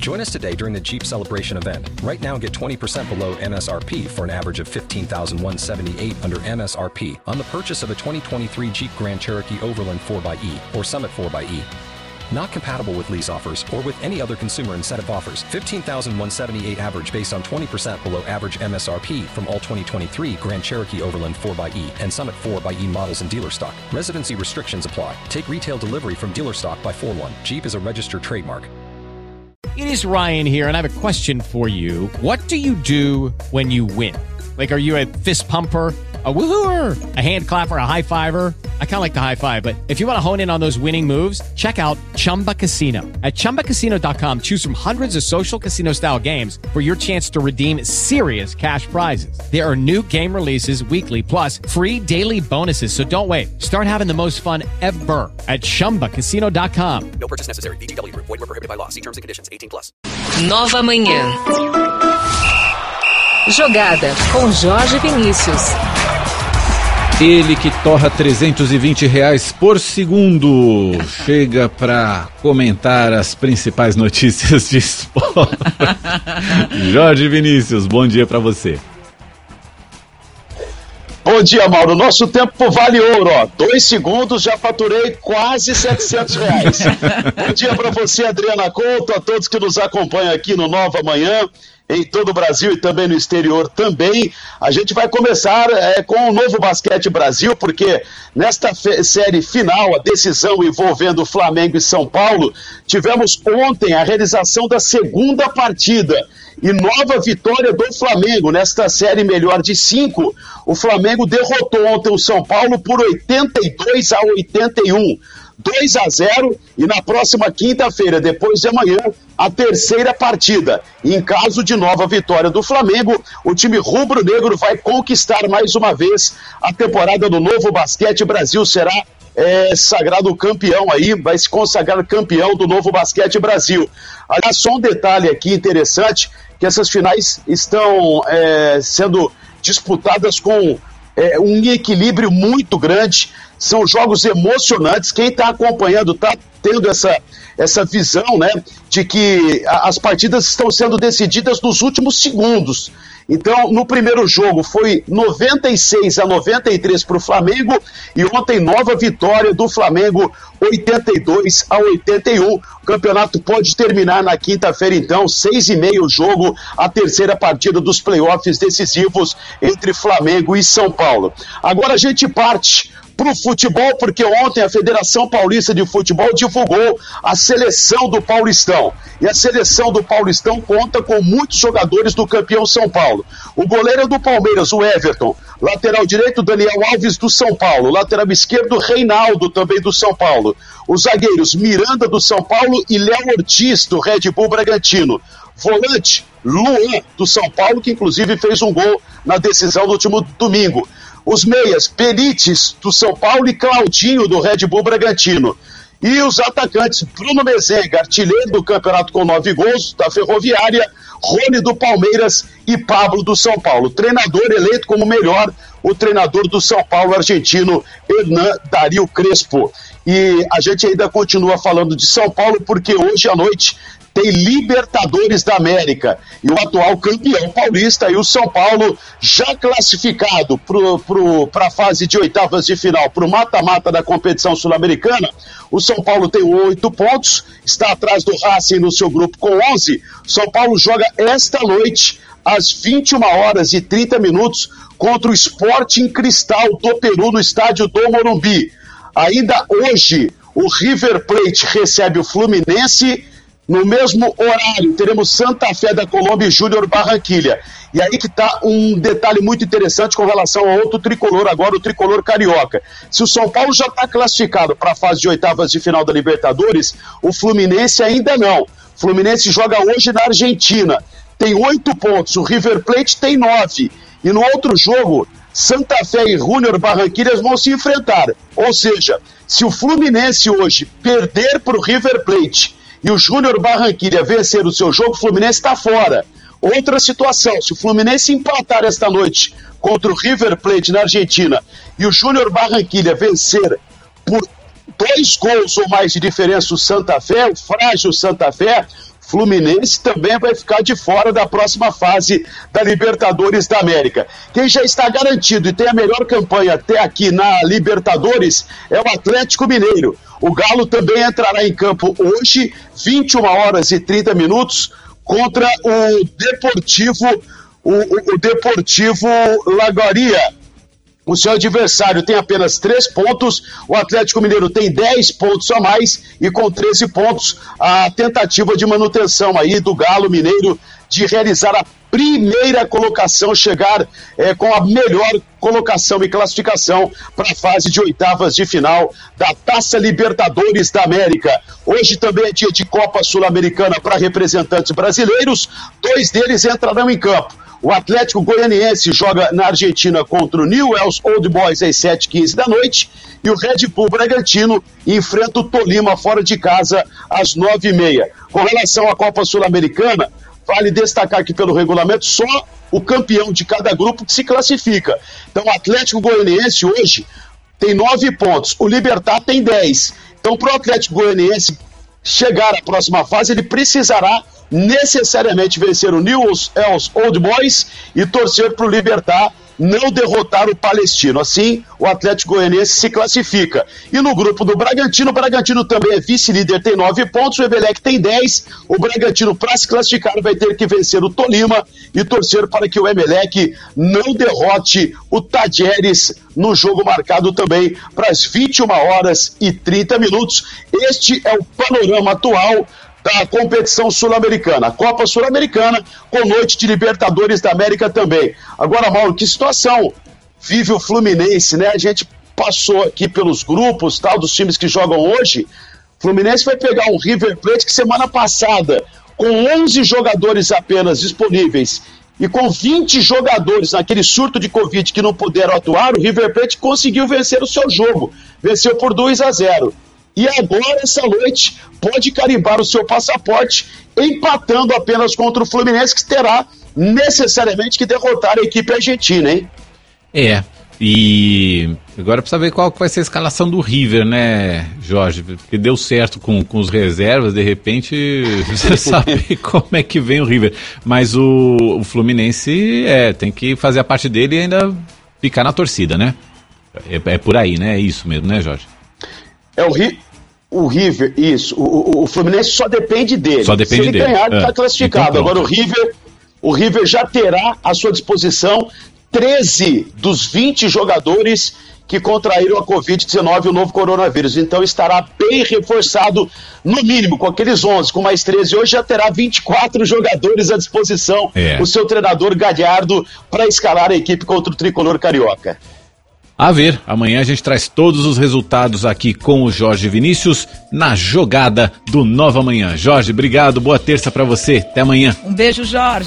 Join us today during the Jeep Celebration event. Right now, get 20% below MSRP for an average of $15,178 under MSRP on the purchase of a 2023 Jeep Grand Cherokee Overland 4xE or Summit 4xE. Not compatible with lease offers or with any other consumer incentive offers. $15,178 average based on 20% below average MSRP from all 2023 Grand Cherokee Overland 4xE and Summit 4xE models in dealer stock. Residency restrictions apply. Take retail delivery from dealer stock by 4/1. Jeep is a registered trademark. It is Ryan here, and I have a question for you. What do you do when you win? Like, are you a fist pumper, a woohooer, a hand clapper, a high fiver? I kind of like the high five, but if you want to hone in on those winning moves, check out Chumba Casino. At ChumbaCasino.com, choose from hundreds of social casino-style games for your chance to redeem serious cash prizes. There are new game releases weekly, plus free daily bonuses, so don't wait. Start having the most fun ever at ChumbaCasino.com. No purchase necessary. VGW Group. Void where prohibited by law. See terms and conditions. 18+. Nova Manhã. Jogada com Jorge Vinícius. Ele que torra R$320 por segundo chega para comentar as principais notícias de esporte. Jorge Vinícius, bom dia para você. Bom dia, Mauro. Nosso tempo vale ouro, ó. 2 segundos, já faturei quase R$700. Bom dia para você, Adriana Couto, a todos que nos acompanham aqui no Nova Manhã, em todo o Brasil e também no exterior também. A gente vai começar com o Novo Basquete Brasil, porque nesta série final, a decisão envolvendo Flamengo e São Paulo, tivemos ontem a realização da segunda partida e nova vitória do Flamengo nesta série melhor de 5. O Flamengo derrotou ontem o São Paulo por 82-81. 2-0 e na próxima quinta-feira, depois de amanhã, a terceira partida. Em caso de nova vitória do Flamengo, o time rubro-negro vai conquistar mais uma vez a temporada do Novo Basquete Brasil. Será sagrado campeão aí, vai se consagrar campeão do Novo Basquete Brasil. Aliás, só um detalhe aqui interessante, que essas finais estão sendo disputadas com um equilíbrio muito grande. São jogos emocionantes. Quem está acompanhando está tendo essa visão, né, de que as partidas estão sendo decididas nos últimos segundos. Então, no primeiro jogo foi 96-93 para o Flamengo e ontem nova vitória do Flamengo, 82-81. O campeonato pode terminar na quinta-feira, então, 6h30 o jogo, a terceira partida dos playoffs decisivos entre Flamengo e São Paulo. Agora a gente parte para o futebol, porque ontem a Federação Paulista de Futebol divulgou a seleção do Paulistão. E a seleção do Paulistão conta com muitos jogadores do campeão São Paulo. O goleiro do Palmeiras, o Everton. Lateral direito, Daniel Alves, do São Paulo. Lateral esquerdo, Reinaldo, também do São Paulo. Os zagueiros, Miranda, do São Paulo, e Léo Ortiz, do Red Bull Bragantino. Volante, Luan, do São Paulo, que inclusive fez um gol na decisão do último domingo. Os meias, Benítez, do São Paulo, e Claudinho, do Red Bull Bragantino. E os atacantes, Bruno Mezenga, artilheiro do campeonato com 9 gols, da Ferroviária, Rony, do Palmeiras, e Pablo, do São Paulo. Treinador eleito como melhor, o treinador do São Paulo, argentino, Hernan Dario Crespo. E a gente ainda continua falando de São Paulo, porque hoje à noite tem Libertadores da América, e o atual campeão paulista e o São Paulo já classificado para a fase de oitavas de final, para o mata-mata da competição sul-americana. O São Paulo tem 8 pontos, está atrás do Racing no seu grupo com 11. São Paulo joga esta noite às 21h30 contra o Sporting Cristal do Peru no estádio do Morumbi. Ainda hoje o River Plate recebe o Fluminense. No mesmo horário, teremos Santa Fé da Colômbia e Júnior Barranquilla. E aí que está um detalhe muito interessante com relação a outro tricolor, agora o tricolor carioca. Se o São Paulo já está classificado para a fase de oitavas de final da Libertadores, o Fluminense ainda não. O Fluminense joga hoje na Argentina, tem 8 pontos, o River Plate tem 9. E no outro jogo, Santa Fé e Júnior Barranquilla vão se enfrentar. Ou seja, se o Fluminense hoje perder para o River Plate e o Júnior Barranquilla vencer o seu jogo, o Fluminense está fora. Outra situação, se o Fluminense empatar esta noite contra o River Plate na Argentina e o Júnior Barranquilla vencer por 2 gols ou mais de diferença o Santa Fé, o frágil Santa Fé, Fluminense também vai ficar de fora da próxima fase da Libertadores da América. Quem já está garantido e tem a melhor campanha até aqui na Libertadores é o Atlético Mineiro. O Galo também entrará em campo hoje, 21h30, contra o Deportivo Lagoria. O seu adversário tem apenas 3 pontos, o Atlético Mineiro tem 10 pontos a mais e com 13 pontos a tentativa de manutenção aí do Galo Mineiro de realizar a primeira colocação, chegar com a melhor colocação e classificação para a fase de oitavas de final da Taça Libertadores da América. Hoje também é dia de Copa Sul-Americana para representantes brasileiros, 2 deles entrarão em campo. O Atlético Goianiense joga na Argentina contra o Newell's Old Boys às 7h15 da noite e o Red Bull Bragantino enfrenta o Tolima fora de casa às 9h30. Com relação à Copa Sul-Americana, vale destacar que pelo regulamento só o campeão de cada grupo que se classifica. Então o Atlético Goianiense hoje tem 9 pontos, o Libertad tem 10. Então para o Atlético Goianiense chegar à próxima fase, ele precisará necessariamente vencer o Newell's Old Boys e torcer para o Libertad não derrotar o Palestino. Assim, o Atlético Goianiense se classifica. E no grupo do Bragantino, o Bragantino também é vice-líder, tem 9 pontos, o Emelec tem 10. O Bragantino, para se classificar, vai ter que vencer o Tolima e torcer para que o Emelec não derrote o Tajeres no jogo marcado também para as 21h30. Este é o panorama atual da competição sul-americana, a Copa Sul-Americana, com noite de Libertadores da América também. Agora, Mauro, que situação vive o Fluminense, né? A gente passou aqui pelos grupos, tal, dos times que jogam hoje. O Fluminense vai pegar um River Plate que semana passada, com 11 jogadores apenas disponíveis e com 20 jogadores naquele surto de Covid que não puderam atuar, o River Plate conseguiu vencer o seu jogo, venceu por 2-0. E agora, essa noite, pode carimbar o seu passaporte, empatando apenas contra o Fluminense, que terá necessariamente que derrotar a equipe argentina, hein? E agora precisa ver qual vai ser a escalação do River, né, Jorge? Porque deu certo com os reservas, de repente você sabe como é que vem o River. Mas o Fluminense tem que fazer a parte dele e ainda ficar na torcida, né? É por aí, né? É isso mesmo, né, Jorge? O River, isso. O Fluminense só depende dele. Só depende dele. Se ele ganhar, ele está classificado. Então, agora o River já terá à sua disposição 13 dos 20 jogadores que contraíram a Covid-19 e o novo coronavírus. Então estará bem reforçado, no mínimo, com aqueles 11, com mais 13. Hoje já terá 24 jogadores à disposição, o seu treinador Galhardo, para escalar a equipe contra o tricolor carioca. A ver, amanhã a gente traz todos os resultados aqui com o Jorge Vinícius na jogada do Nova Manhã. Jorge, obrigado, boa terça pra você, até amanhã. Um beijo, Jorge.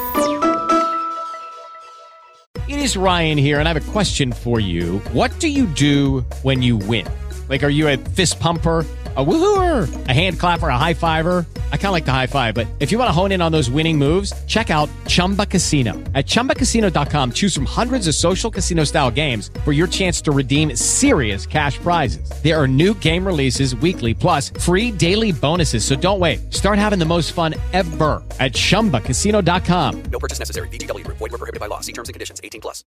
It is Ryan here, and I have a question for you. What do you do when you win? Like, are you a fist pumper, a woohooer, a hand clapper, a high fiver? I kind of like the high five, but if you want to hone in on those winning moves, check out Chumba Casino. At ChumbaCasino.com, choose from hundreds of social casino-style games for your chance to redeem serious cash prizes. There are new game releases weekly, plus free daily bonuses, so don't wait. Start having the most fun ever at ChumbaCasino.com. No purchase necessary. VGW Group. Void where prohibited by law. See terms and conditions. 18+.